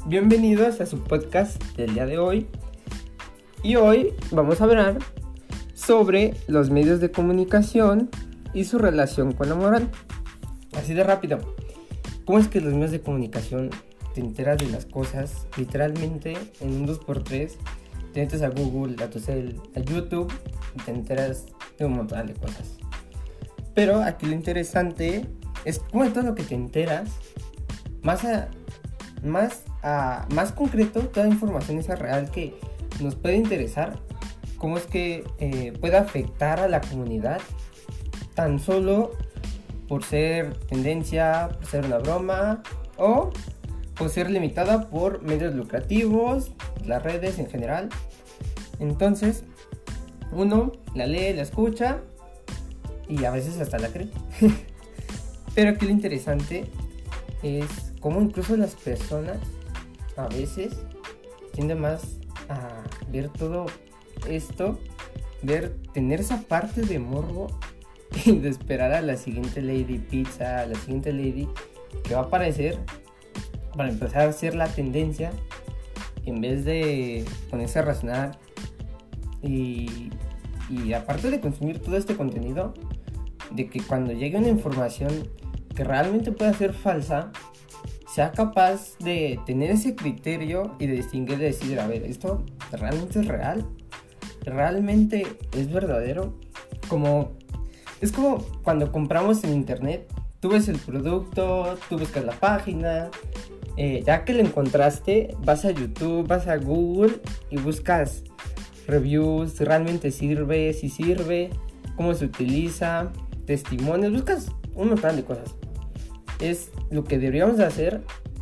Bienvenidos a su podcast del día de hoy. Y hoy vamos a hablar sobre los medios de comunicación y su relación con la moral. Así de rápido. ¿Cómo es que los medios de comunicación te enteras de las cosas literalmente en un 2x3? Te metes a Google, a tu cel, a YouTube y te enteras de un montón de cosas. Pero aquí lo interesante es cómo de todo lo que te enteras, más concreto, toda la información esa real que nos puede interesar, cómo es que puede afectar a la comunidad tan solo por ser tendencia, por ser una broma o por ser limitada por medios lucrativos, las redes en general. Entonces uno la lee, la escucha y a veces hasta la cree. Pero aquí lo interesante es cómo incluso las personas a veces tienden más a ver todo esto, tener esa parte de morbo y de esperar a la siguiente Lady Pizza, a la siguiente Lady que va a aparecer para empezar a hacer la tendencia, en vez de ponerse a razonar y aparte de consumir todo este contenido, de que cuando llegue una información que realmente pueda ser falsa, sea capaz de tener ese criterio y de distinguir, de decir, a ver, ¿esto realmente es real? ¿Realmente es verdadero? Es como cuando compramos en internet, tú ves el producto, tú buscas la página, ya que lo encontraste, vas a YouTube, vas a Google y buscas reviews, si realmente sirve, si sirve, cómo se utiliza, testimonios, buscas un montón de cosas. Es lo que deberíamos de hacer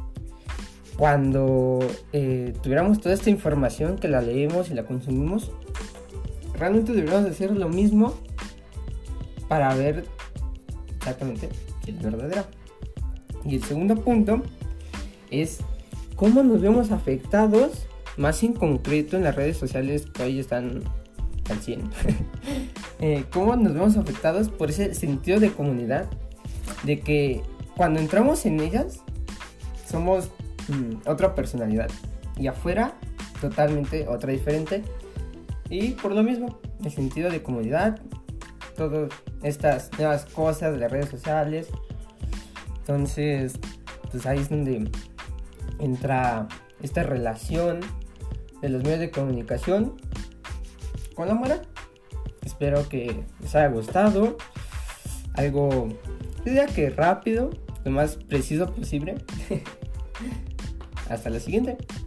cuando tuviéramos toda esta información que la leemos y la consumimos. Realmente deberíamos de hacer lo mismo para ver exactamente si es verdadera. Y el segundo punto es cómo nos vemos afectados, más en concreto en las redes sociales que hoy están al 100. Cómo nos vemos afectados por ese sentido de comunidad, de que cuando entramos en ellas somos otra personalidad y afuera totalmente otra diferente, y por lo mismo el sentido de comunidad, todas estas nuevas cosas de las redes sociales. Entonces pues ahí es donde entra esta relación de los medios de comunicación con la moral. Espero que les haya gustado. Algo, diría que rápido, lo más preciso posible. Hasta la siguiente.